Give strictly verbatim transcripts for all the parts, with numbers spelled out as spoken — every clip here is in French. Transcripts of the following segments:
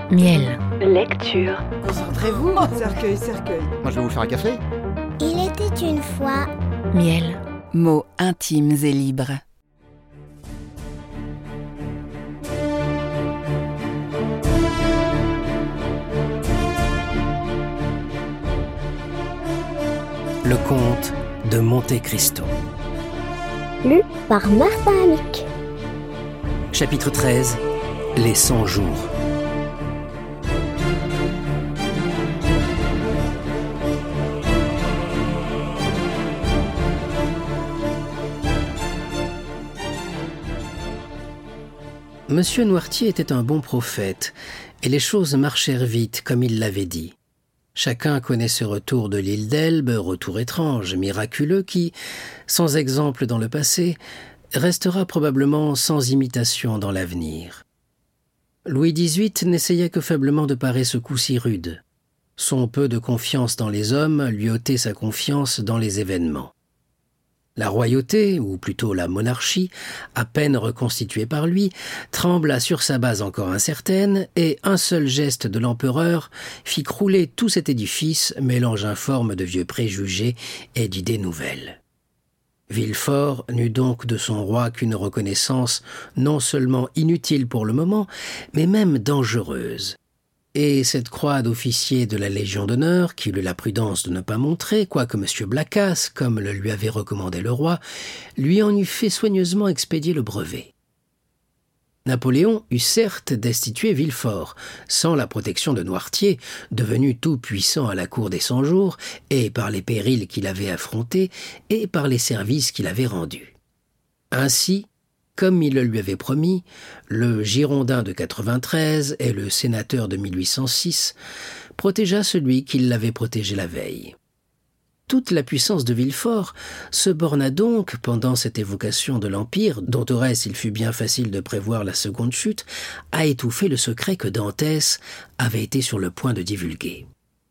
Miel. Lecture. Concentrez-vous, cercueil, cercueil. Moi, je vais vous faire un café. Il était une fois. Miel. Mots intimes et libres. Le comte de Monte Cristo. Lu par Martin Amick. Chapitre treize. Les cent jours. Monsieur Noirtier était un bon prophète, et les choses marchèrent vite, comme il l'avait dit. Chacun connaît ce retour de l'île d'Elbe, retour étrange, miraculeux, qui, sans exemple dans le passé, restera probablement sans imitation dans l'avenir. Louis dix-huit n'essayait que faiblement de parer ce coup si rude. Son peu de confiance dans les hommes lui ôtait sa confiance dans les événements. La royauté, ou plutôt la monarchie, à peine reconstituée par lui, trembla sur sa base encore incertaine, et un seul geste de l'empereur fit crouler tout cet édifice, mélange informe de vieux préjugés et d'idées nouvelles. Villefort n'eut donc de son roi qu'une reconnaissance non seulement inutile pour le moment, mais même dangereuse. Et cette croix d'officier de la Légion d'honneur, qu'il eut la prudence de ne pas montrer, quoique M. Blacas, comme le lui avait recommandé le roi, lui en eût fait soigneusement expédier le brevet. Napoléon eût certes destitué Villefort, sans la protection de Noirtier, devenu tout-puissant à la cour des Cent-Jours, et par les périls qu'il avait affrontés, et par les services qu'il avait rendus. Ainsi, comme il le lui avait promis, le Girondin de quatre-vingt-treize et le sénateur de mille huit cent six protégea celui qui l'avait protégé la veille. Toute la puissance de Villefort se borna donc, pendant cette évocation de l'Empire, dont au reste il fut bien facile de prévoir la seconde chute, à étouffer le secret que Dantès avait été sur le point de divulguer.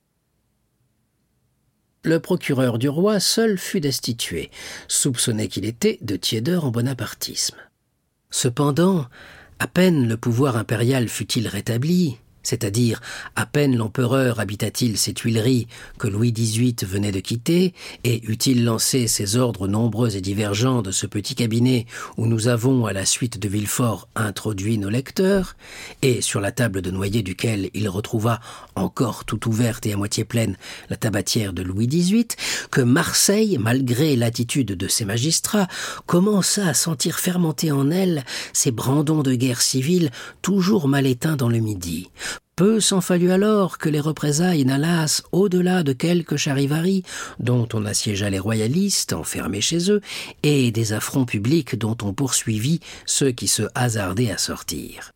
Le procureur du roi seul fut destitué, soupçonné qu'il était de tiédeur en bonapartisme. Cependant, à peine le pouvoir impérial fut-il rétabli, c'est-à-dire à peine l'empereur habita-t-il ces Tuileries que Louis dix-huit venait de quitter, et eut-il lancé ses ordres nombreux et divergents de ce petit cabinet où nous avons, à la suite de Villefort, introduit nos lecteurs, et sur la table de noyer duquel il retrouva, encore tout ouverte et à moitié pleine, la tabatière de Louis dix-huit, que Marseille, malgré l'attitude de ses magistrats, commença à sentir fermenter en elle ces brandons de guerre civile toujours mal éteints dans le Midi. Peu s'en fallut alors que les représailles n'allassent au-delà de quelques charivaris dont on assiégea les royalistes enfermés chez eux et des affronts publics dont on poursuivit ceux qui se hasardaient à sortir.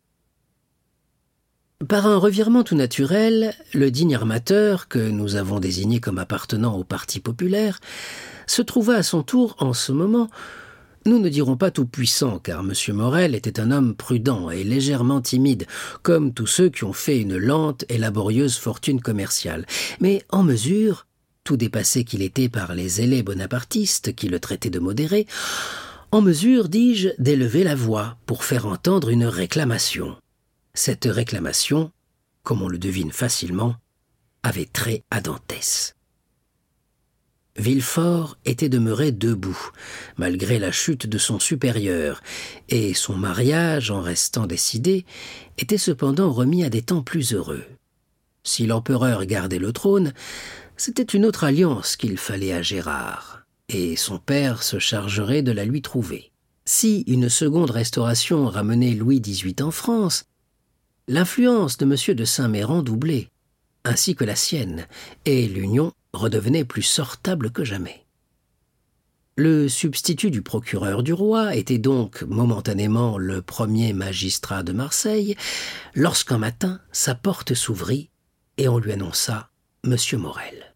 Par un revirement tout naturel, le digne armateur, que nous avons désigné comme appartenant au Parti populaire, se trouva à son tour en ce moment. Nous ne dirons pas tout puissant, car M. Morel était un homme prudent et légèrement timide, comme tous ceux qui ont fait une lente et laborieuse fortune commerciale, mais en mesure, tout dépassé qu'il était par les zélés bonapartistes qui le traitaient de modéré, en mesure, dis-je, d'élever la voix pour faire entendre une réclamation. Cette réclamation, comme on le devine facilement, avait trait à Dantès. Villefort était demeuré debout, malgré la chute de son supérieur, et son mariage, en restant décidé, était cependant remis à des temps plus heureux. Si l'empereur gardait le trône, c'était une autre alliance qu'il fallait à Gérard, et son père se chargerait de la lui trouver. Si une seconde restauration ramenait Louis dix-huit en France, l'influence de M. de Saint-Méran doublait, ainsi que la sienne, et l'union redevenait plus sortable que jamais. Le substitut du procureur du roi était donc momentanément le premier magistrat de Marseille, lorsqu'un matin sa porte s'ouvrit et on lui annonça M. Morel.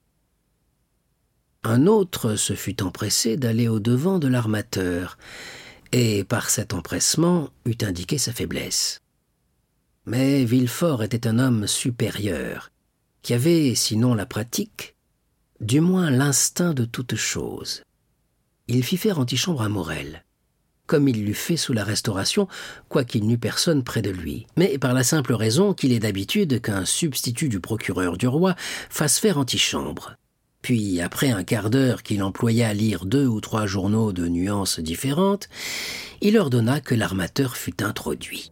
Un autre se fut empressé d'aller au-devant de l'armateur, et par cet empressement eût indiqué sa faiblesse. Mais Villefort était un homme supérieur, qui avait, sinon la pratique, du moins l'instinct de toute chose. Il fit faire antichambre à Morel. comme il l'eût fait sous la Restauration, quoiqu'il n'eût personne près de lui, mais par la simple raison qu'il est d'habitude qu'un substitut du procureur du roi fasse faire antichambre. Puis, après un quart d'heure qu'il employa à lire deux ou trois journaux de nuances différentes, il ordonna que l'armateur fût introduit.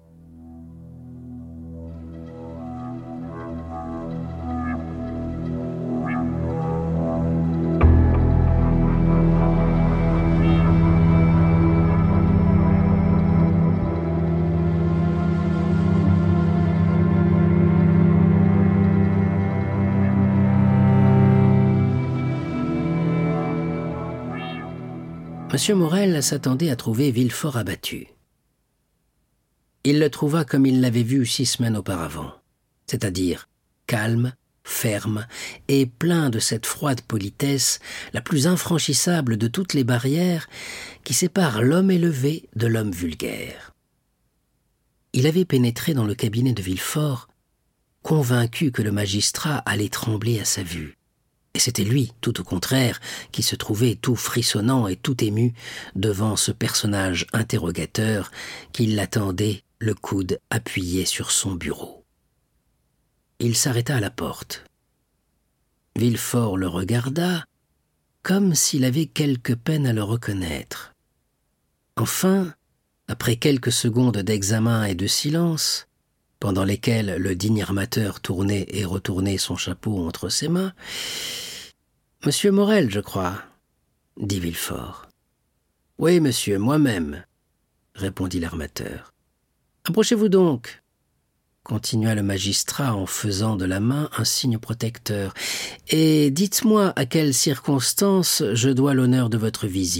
Monsieur Morel s'attendait à trouver Villefort abattu. Il le trouva comme il l'avait vu six semaines auparavant, c'est-à-dire calme, ferme et plein de cette froide politesse la plus infranchissable de toutes les barrières qui séparent l'homme élevé de l'homme vulgaire. Il avait pénétré dans le cabinet de Villefort, convaincu que le magistrat allait trembler à sa vue. Et c'était lui, tout au contraire, qui se trouvait tout frissonnant et tout ému devant ce personnage interrogateur qui l'attendait, le coude appuyé sur son bureau. Il s'arrêta à la porte. Villefort le regarda comme s'il avait quelque peine à le reconnaître. Enfin, après quelques secondes d'examen et de silence, pendant lesquelles le digne armateur tournait et retournait son chapeau entre ses mains, « Monsieur Morel, je crois, » dit Villefort. « Oui, monsieur, moi-même, » répondit l'armateur. « Approchez-vous donc, » continua le magistrat en faisant de la main un signe protecteur, « et dites-moi à quelles circonstances je dois l'honneur de votre visite. »«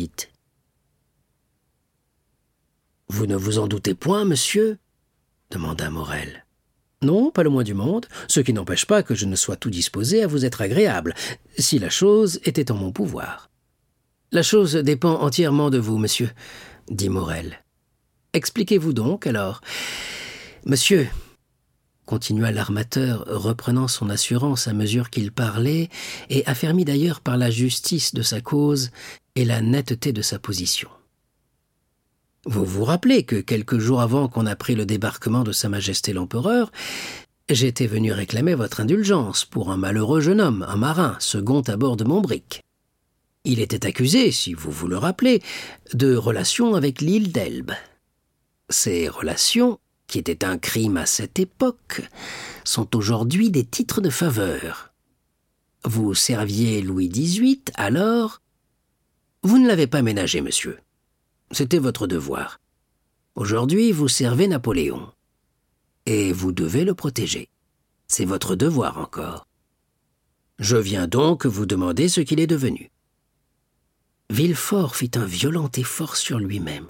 Vous ne vous en doutez point, monsieur ?» demanda Morel. « Non, pas le moins du monde, ce qui n'empêche pas que je ne sois tout disposé à vous être agréable, si la chose était en mon pouvoir. »« La chose dépend entièrement de vous, monsieur, » dit Morel. « Expliquez-vous donc, alors. »« Monsieur, » continua l'armateur, reprenant son assurance à mesure qu'il parlait, et affermi d'ailleurs par la justice de sa cause et la netteté de sa position. Vous vous rappelez que quelques jours avant qu'on apprit le débarquement de Sa Majesté l'Empereur, j'étais venu réclamer votre indulgence pour un malheureux jeune homme, un marin, second à bord de mon brick. Il était accusé, si vous vous le rappelez, de relations avec l'île d'Elbe. Ces relations, qui étaient un crime à cette époque, sont aujourd'hui des titres de faveur. Vous serviez Louis dix-huit, alors? Vous ne l'avez pas ménagé, monsieur. C'était votre devoir. Aujourd'hui, vous servez Napoléon. Et vous devez le protéger. C'est votre devoir encore. Je viens donc vous demander ce qu'il est devenu. » Villefort fit un violent effort sur lui-même.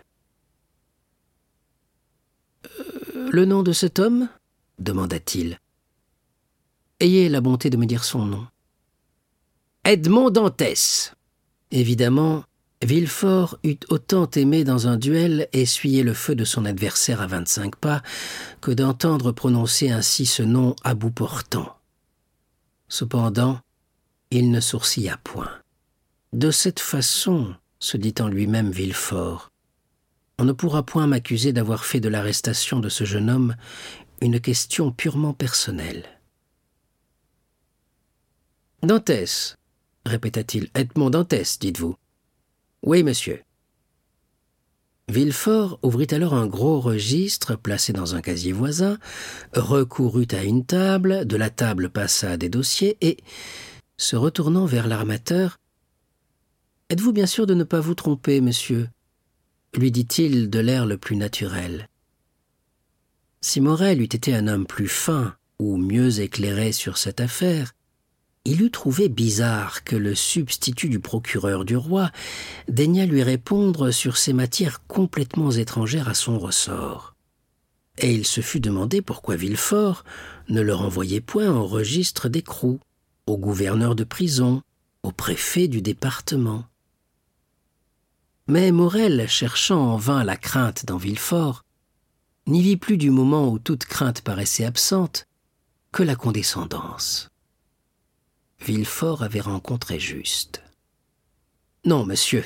Euh, « Le nom de cet homme ?» demanda-t-il. « Ayez la bonté de me dire son nom. »« Edmond Dantès. » Évidemment, Villefort eût autant aimé dans un duel essuyer le feu de son adversaire à vingt-cinq pas que d'entendre prononcer ainsi ce nom à bout portant. Cependant, il ne sourcilla point. De cette façon, se dit en lui-même Villefort, on ne pourra point m'accuser d'avoir fait de l'arrestation de ce jeune homme une question purement personnelle. « Dantès, répéta-t-il, Edmond Dantès, dites-vous. » « Oui, monsieur. » Villefort ouvrit alors un gros registre placé dans un casier voisin, recourut à une table, de la table passa à des dossiers et, se retournant vers l'armateur, « Êtes-vous bien sûr de ne pas vous tromper, monsieur ?» lui dit-il de l'air le plus naturel. Si Morel eût été un homme plus fin ou mieux éclairé sur cette affaire, il eût trouvé bizarre que le substitut du procureur du roi daignât lui répondre sur ces matières complètement étrangères à son ressort. Et il se fût demandé pourquoi Villefort ne le renvoyait point au registre d'écrou, au gouverneur de prison, au préfet du département. Mais Morel, cherchant en vain la crainte dans Villefort, n'y vit plus du moment où toute crainte paraissait absente que la condescendance. Villefort avait rencontré juste. « Non, monsieur, »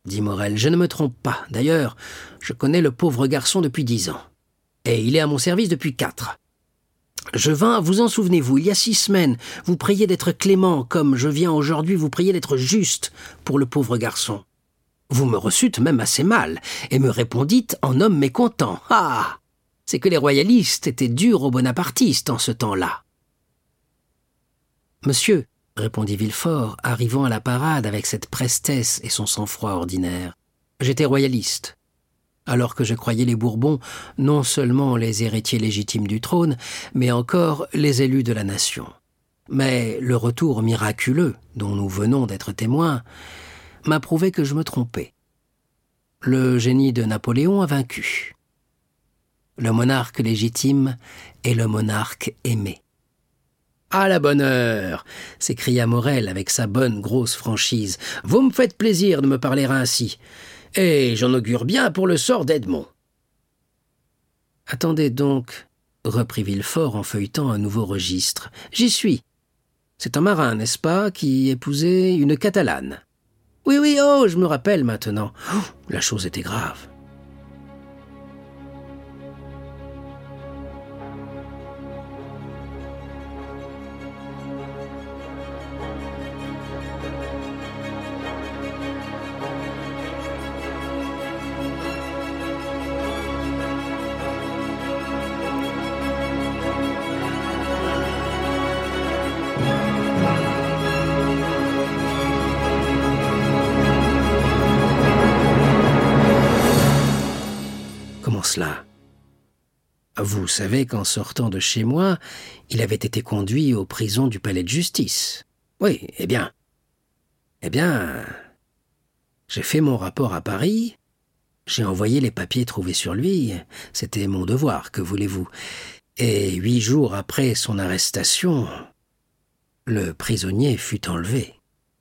dit Morel. « Je ne me trompe pas. D'ailleurs, je connais le pauvre garçon depuis dix ans. Et il est à mon service depuis quatre. Je vins, vous en souvenez-vous, il y a six semaines, vous priez d'être clément, comme je viens aujourd'hui vous prier d'être juste pour le pauvre garçon. Vous me reçûtes même assez mal, et me répondîtes en homme mécontent. Ah! C'est que les royalistes étaient durs aux bonapartistes en ce temps-là. » « Monsieur, » répondit Villefort, arrivant à la parade avec cette prestesse et son sang-froid ordinaire, « j'étais royaliste. Alors que je croyais les Bourbons non seulement les héritiers légitimes du trône, mais encore les élus de la nation. Mais le retour miraculeux, dont nous venons d'être témoins, m'a prouvé que je me trompais. Le génie de Napoléon a vaincu. Le monarque légitime est le monarque aimé. « À la bonne heure !» s'écria Morel avec sa bonne grosse franchise. « Vous me faites plaisir de me parler ainsi. Et j'en augure bien pour le sort d'Edmond. » « Attendez donc, » reprit Villefort en feuilletant un nouveau registre. « J'y suis. C'est un marin, n'est-ce pas, qui épousait une Catalane. Oui, oui, oh, je me rappelle maintenant. Oh, la chose était grave. » Cela. Vous savez qu'en sortant de chez moi, il avait été conduit aux prisons du palais de justice. Oui, eh bien... Eh bien... J'ai fait mon rapport à Paris, j'ai envoyé les papiers trouvés sur lui, c'était mon devoir, que voulez-vous. Et huit jours après son arrestation, le prisonnier fut enlevé.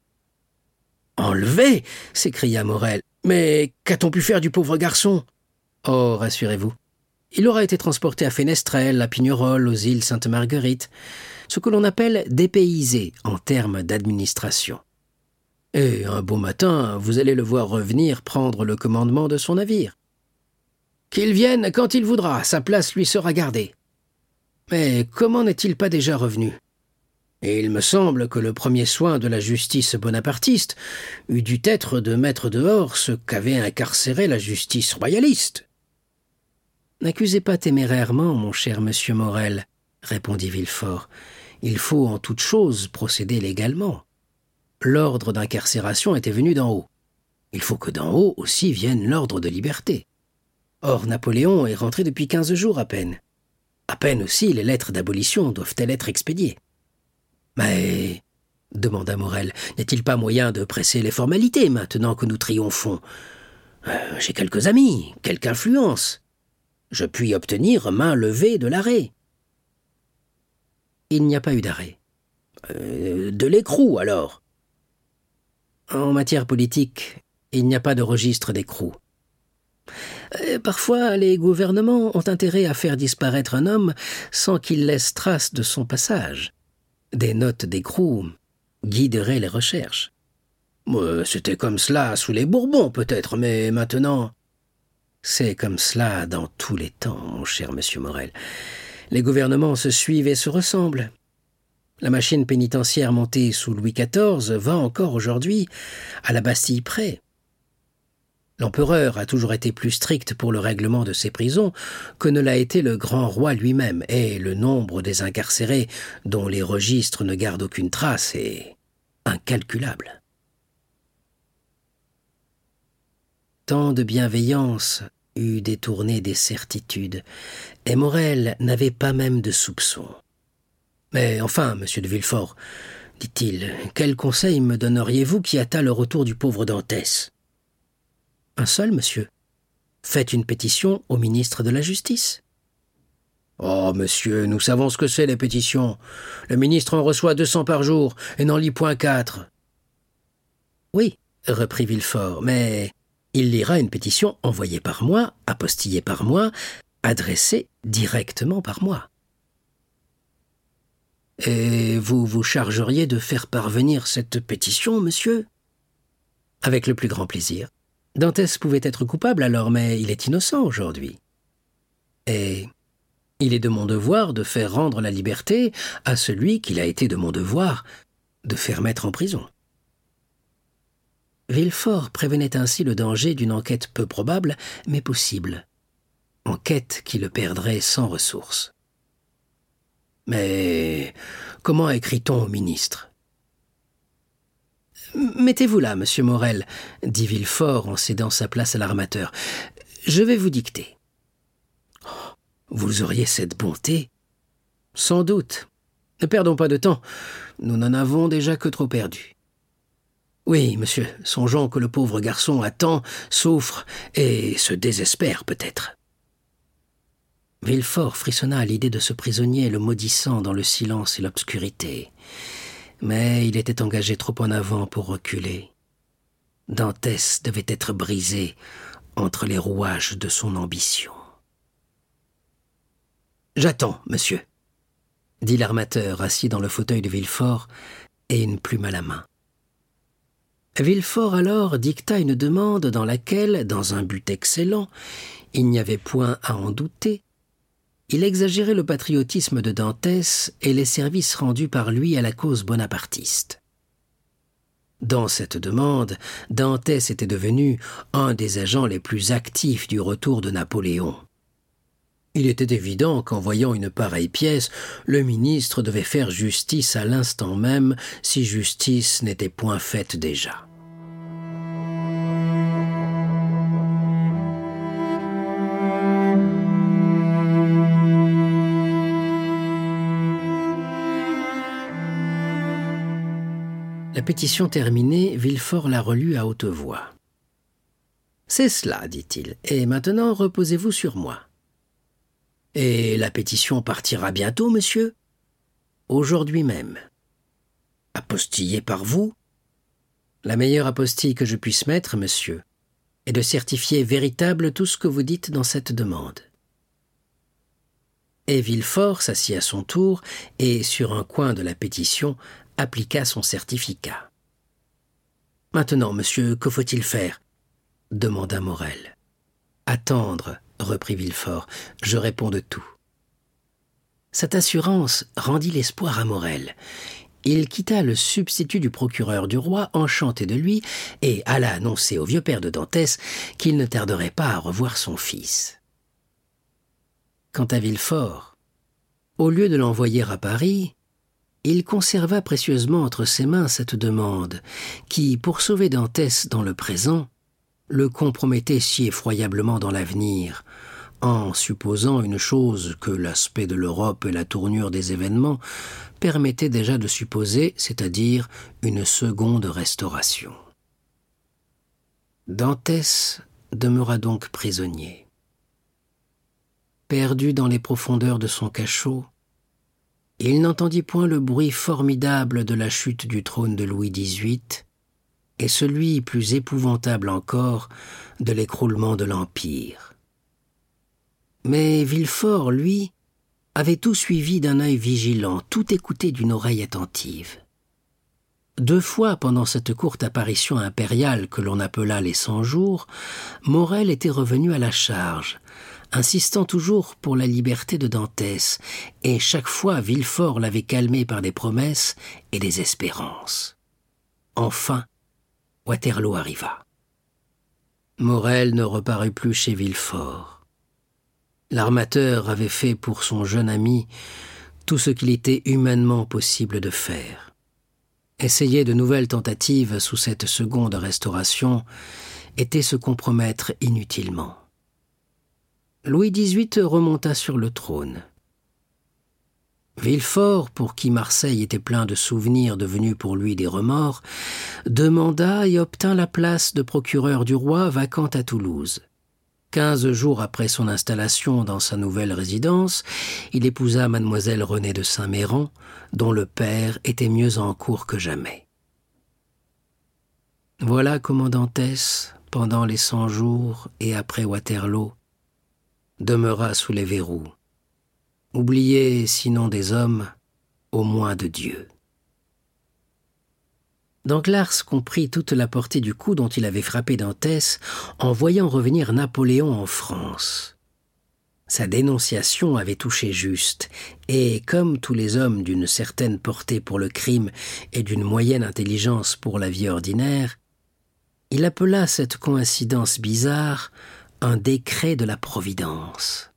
« Enlevé !» s'écria Morel. « Mais qu'a-t-on pu faire du pauvre garçon ?» Oh, rassurez-vous, il aura été transporté à Fenestrelle, à Pignerol, aux îles Sainte-Marguerite, ce que l'on appelle dépaysé en termes d'administration. Et un beau matin, vous allez le voir revenir prendre le commandement de son navire. Qu'il vienne quand il voudra, sa place lui sera gardée. Mais comment n'est-il pas déjà revenu ? Et il me semble que le premier soin de la justice bonapartiste eût dû être de mettre dehors ce qu'avait incarcéré la justice royaliste. « N'accusez pas témérairement, mon cher monsieur Morel, » répondit Villefort. « Il faut en toute chose procéder légalement. L'ordre d'incarcération était venu d'en haut. Il faut que d'en haut aussi vienne l'ordre de liberté. Or, Napoléon est rentré depuis quinze jours à peine. À peine aussi les lettres d'abolition doivent-elles être expédiées. » « Mais, demanda Morel, n'est-il pas moyen de presser les formalités maintenant que nous triomphons ? euh, J'ai quelques amis, quelque influence. Je puis obtenir main levée de l'arrêt. » « Il n'y a pas eu d'arrêt. Euh, »« De l'écrou, alors. »« En matière politique, il n'y a pas de registre d'écrou. Euh, parfois, les gouvernements ont intérêt à faire disparaître un homme sans qu'il laisse trace de son passage. Des notes d'écrou guideraient les recherches. Euh, c'était comme cela sous les Bourbons, peut-être, mais maintenant... C'est comme cela dans tous les temps, mon cher monsieur Morel. Les gouvernements se suivent et se ressemblent. La machine pénitentiaire montée sous Louis quatorze va encore aujourd'hui à la Bastille près. L'empereur a toujours été plus strict pour le règlement de ses prisons que ne l'a été le grand roi lui-même, et le nombre des incarcérés dont les registres ne gardent aucune trace est incalculable. Tant de bienveillance eût détourné des certitudes, et Morel n'avait pas même de soupçons. « Mais enfin, monsieur de Villefort, dit-il, quel conseil me donneriez-vous qui hâta le retour du pauvre Dantès ? » Un seul, monsieur. Faites une pétition au ministre de la Justice. « Oh, monsieur, nous savons ce que c'est, les pétitions. Le ministre en reçoit deux cents par jour et n'en lit point quatre. »« Oui, reprit Villefort, mais il lira une pétition envoyée par moi, apostillée par moi, adressée directement par moi. »« Et vous vous chargeriez de faire parvenir cette pétition, monsieur ? » « Avec le plus grand plaisir. Dantès pouvait être coupable alors, mais il est innocent aujourd'hui. Et il est de mon devoir de faire rendre la liberté à celui qu'il a été de mon devoir de faire mettre en prison. » Villefort prévenait ainsi le danger d'une enquête peu probable, mais possible. Enquête qui le perdrait sans ressources. « Mais comment écrit-on au ministre ?»« Mettez-vous là, monsieur Morel, » dit Villefort en cédant sa place à l'armateur. « Je vais vous dicter. »« Vous auriez cette bonté ?»« Sans doute. Ne perdons pas de temps. Nous n'en avons déjà que trop perdu. » « Oui, monsieur, songeons que le pauvre garçon attend, souffre et se désespère peut-être. » Villefort frissonna à l'idée de ce prisonnier le maudissant dans le silence et l'obscurité. Mais il était engagé trop en avant pour reculer. Dantès devait être brisé entre les rouages de son ambition. « J'attends, monsieur, » dit l'armateur assis dans le fauteuil de Villefort et une plume à la main. Villefort alors dicta une demande dans laquelle, dans un but excellent, il n'y avait point à en douter, il exagérait le patriotisme de Dantès et les services rendus par lui à la cause bonapartiste. Dans cette demande, Dantès était devenu un des agents les plus actifs du retour de Napoléon. Il était évident qu'en voyant une pareille pièce, le ministre devait faire justice à l'instant même, si justice n'était point faite déjà. La pétition terminée, Villefort la relut à haute voix. « C'est cela, dit-il, et maintenant reposez-vous sur moi. »« Et la pétition partira bientôt, monsieur ? » ?»« Aujourd'hui même. »« Apostillée par vous ? » ?»« La meilleure apostille que je puisse mettre, monsieur, est de certifier véritable tout ce que vous dites dans cette demande. » Et Villefort s'assit à son tour et, sur un coin de la pétition, appliqua son certificat. « Maintenant, monsieur, que faut-il faire ?» demanda Morel. « Attendre, » reprit Villefort, « je réponds de tout. » Cette assurance rendit l'espoir à Morel. Il quitta le substitut du procureur du roi, enchanté de lui, et alla annoncer au vieux père de Dantès qu'il ne tarderait pas à revoir son fils. Quant à Villefort, au lieu de l'envoyer à Paris, il conserva précieusement entre ses mains cette demande qui, pour sauver Dantès dans le présent, le compromettait si effroyablement dans l'avenir, en supposant une chose que l'aspect de l'Europe et la tournure des événements permettaient déjà de supposer, c'est-à-dire une seconde restauration. Dantès demeura donc prisonnier. Perdu dans les profondeurs de son cachot, il n'entendit point le bruit formidable de la chute du trône de Louis dix-huit et celui, plus épouvantable encore, de l'écroulement de l'Empire. Mais Villefort, lui, avait tout suivi d'un œil vigilant, tout écouté d'une oreille attentive. Deux fois, pendant cette courte apparition impériale que l'on appela les Cent-Jours, Morel était revenu à la charge, insistant toujours pour la liberté de Dantès, et chaque fois Villefort l'avait calmé par des promesses et des espérances. Enfin, Waterloo arriva. Morel ne reparut plus chez Villefort. L'armateur avait fait pour son jeune ami tout ce qu'il était humainement possible de faire. Essayer de nouvelles tentatives sous cette seconde restauration était se compromettre inutilement. Louis dix-huit remonta sur le trône. Villefort, pour qui Marseille était plein de souvenirs devenus pour lui des remords, demanda et obtint la place de procureur du roi vacante à Toulouse. Quinze jours après son installation dans sa nouvelle résidence, il épousa mademoiselle Renée de Saint-Méran, dont le père était mieux en cour que jamais. Voilà comment Dantès, pendant les Cent-Jours et après Waterloo, demeura sous les verrous, oublié sinon des hommes, au moins de Dieu. Danglars comprit toute la portée du coup dont il avait frappé Dantès en voyant revenir Napoléon en France. Sa dénonciation avait touché juste, et comme tous les hommes d'une certaine portée pour le crime et d'une moyenne intelligence pour la vie ordinaire, il appela cette coïncidence bizarre un décret de la Providence.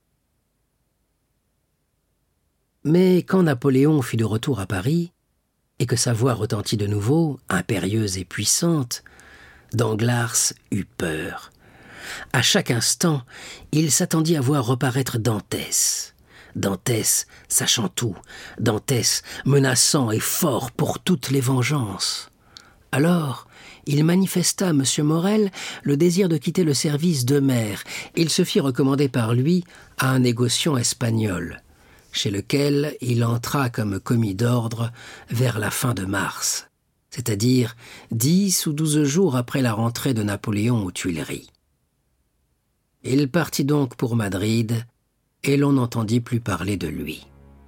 Mais quand Napoléon fut de retour à Paris, et que sa voix retentit de nouveau, impérieuse et puissante, Danglars eut peur. À chaque instant, il s'attendit à voir reparaître Dantès. Dantès sachant tout, Dantès menaçant et fort pour toutes les vengeances. Alors, il manifesta à M. Morrel le désir de quitter le service de mer. Il se fit recommander par lui à un négociant espagnol, chez lequel il entra comme commis d'ordre vers la fin de mars, c'est-à-dire dix ou douze jours après la rentrée de Napoléon aux Tuileries. Il partit donc pour Madrid, et l'on n'entendit plus parler de lui.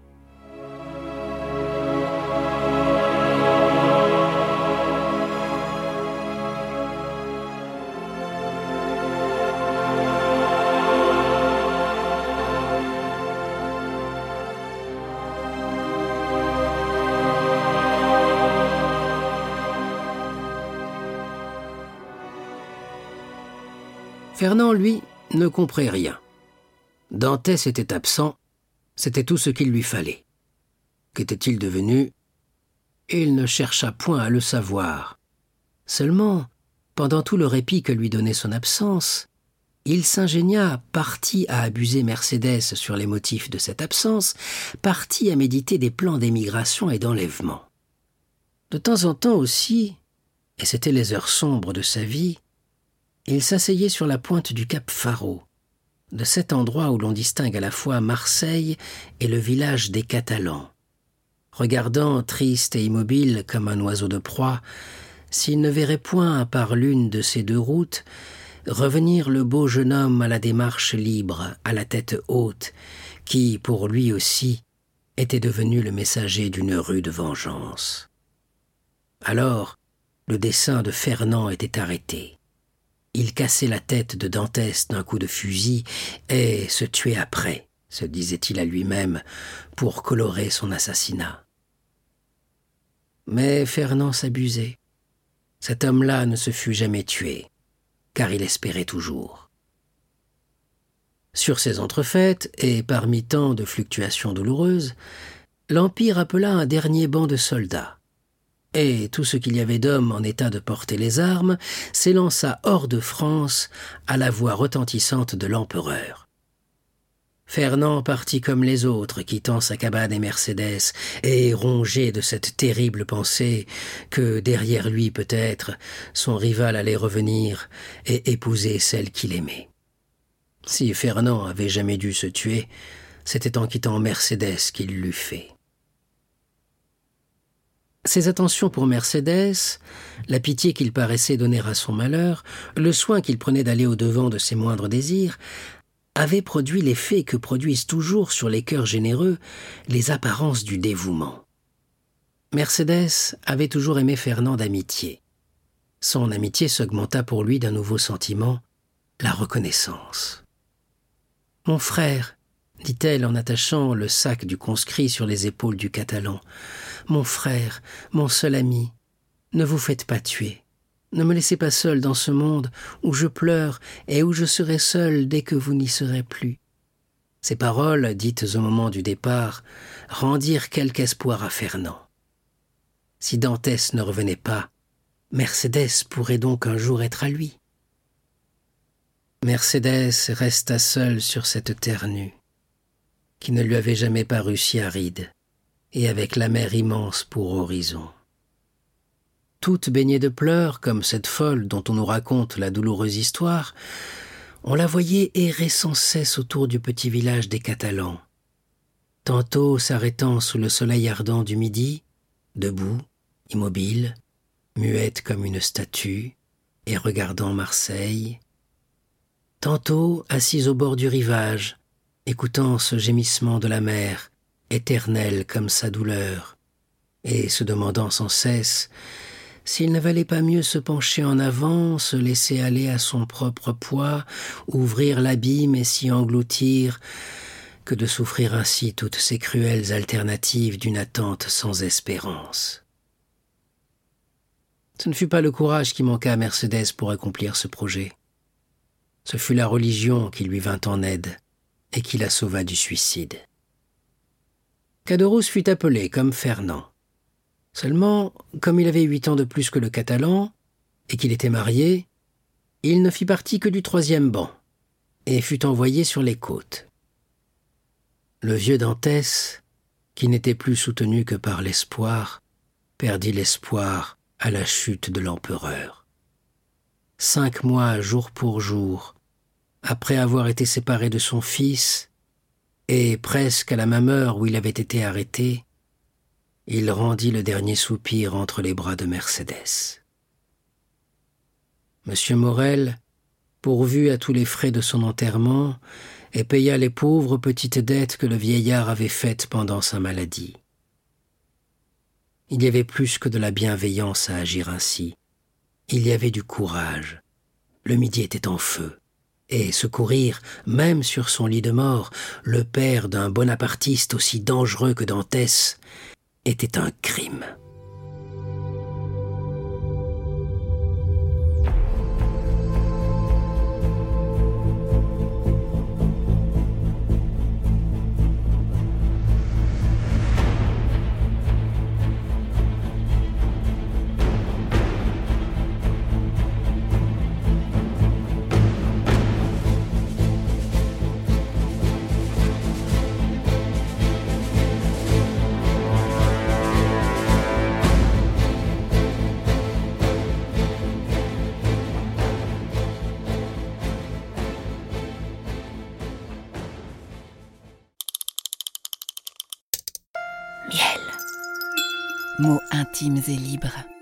Fernand, lui, ne comprit rien. Dantès était absent, c'était tout ce qu'il lui fallait. Qu'était-il devenu? Il ne chercha point à le savoir. Seulement, pendant tout le répit que lui donnait son absence, il s'ingénia partie à abuser Mercédès sur les motifs de cette absence, partie à méditer des plans d'émigration et d'enlèvement. De temps en temps aussi, et c'étaient les heures sombres de sa vie, il s'asseyait sur la pointe du cap Faro, de cet endroit où l'on distingue à la fois Marseille et le village des Catalans, regardant, triste et immobile comme un oiseau de proie, s'il ne verrait point par l'une de ces deux routes revenir le beau jeune homme à la démarche libre, à la tête haute, qui, pour lui aussi, était devenu le messager d'une rude vengeance. Alors, le dessein de Fernand était arrêté. Il cassait la tête de Dantès d'un coup de fusil et se tuait après, se disait-il à lui-même, pour colorer son assassinat. Mais Fernand s'abusait. Cet homme-là ne se fut jamais tué, car il espérait toujours. Sur ces entrefaites, et parmi tant de fluctuations douloureuses, l'Empire appela un dernier banc de soldats. Et tout ce qu'il y avait d'hommes en état de porter les armes s'élança hors de France à la voix retentissante de l'empereur. Fernand partit comme les autres, quittant sa cabane et Mercédès, et rongé de cette terrible pensée que derrière lui, peut-être, son rival allait revenir et épouser celle qu'il aimait. Si Fernand avait jamais dû se tuer, c'était en quittant Mercédès qu'il l'eût fait. Ses attentions pour Mercédès, la pitié qu'il paraissait donner à son malheur, le soin qu'il prenait d'aller au-devant de ses moindres désirs, avaient produit l'effet que produisent toujours sur les cœurs généreux les apparences du dévouement. Mercédès avait toujours aimé Fernand d'amitié. Son amitié s'augmenta pour lui d'un nouveau sentiment, la reconnaissance. « Mon frère », dit-elle en attachant le sac du conscrit sur les épaules du Catalan, « mon frère, mon seul ami, ne vous faites pas tuer. Ne me laissez pas seul dans ce monde où je pleure et où je serai seul dès que vous n'y serez plus. » Ces paroles, dites au moment du départ, rendirent quelque espoir à Fernand. Si Dantès ne revenait pas, Mercédès pourrait donc un jour être à lui. Mercédès resta seule sur cette terre nue, qui ne lui avait jamais paru si aride, et avec la mer immense pour horizon. Toute baignée de pleurs, comme cette folle dont on nous raconte la douloureuse histoire, on la voyait errer sans cesse autour du petit village des Catalans, tantôt s'arrêtant sous le soleil ardent du midi, debout, immobile, muette comme une statue, et regardant Marseille, tantôt assise au bord du rivage, écoutant ce gémissement de la mer, éternel comme sa douleur, et se demandant sans cesse s'il ne valait pas mieux se pencher en avant, se laisser aller à son propre poids, ouvrir l'abîme et s'y engloutir, que de souffrir ainsi toutes ces cruelles alternatives d'une attente sans espérance. Ce ne fut pas le courage qui manqua à Mercédès pour accomplir ce projet. Ce fut la religion qui lui vint en aide et qui la sauva du suicide. Caderousse fut appelé comme Fernand. Seulement, comme il avait huit ans de plus que le Catalan et qu'il était marié, il ne fit partie que du troisième banc et fut envoyé sur les côtes. Le vieux Dantès, qui n'était plus soutenu que par l'espoir, perdit l'espoir à la chute de l'empereur. Cinq mois, jour pour jour, après avoir été séparé de son fils, et presque à la même heure où il avait été arrêté, il rendit le dernier soupir entre les bras de Mercédès. Monsieur Morel, pourvu à tous les frais de son enterrement, et paya les pauvres petites dettes que le vieillard avait faites pendant sa maladie. Il y avait plus que de la bienveillance à agir ainsi. Il y avait du courage. Le midi était en feu. Et secourir, même sur son lit de mort, le père d'un bonapartiste aussi dangereux que Dantès, était un crime. Miel. Mots intimes et libres.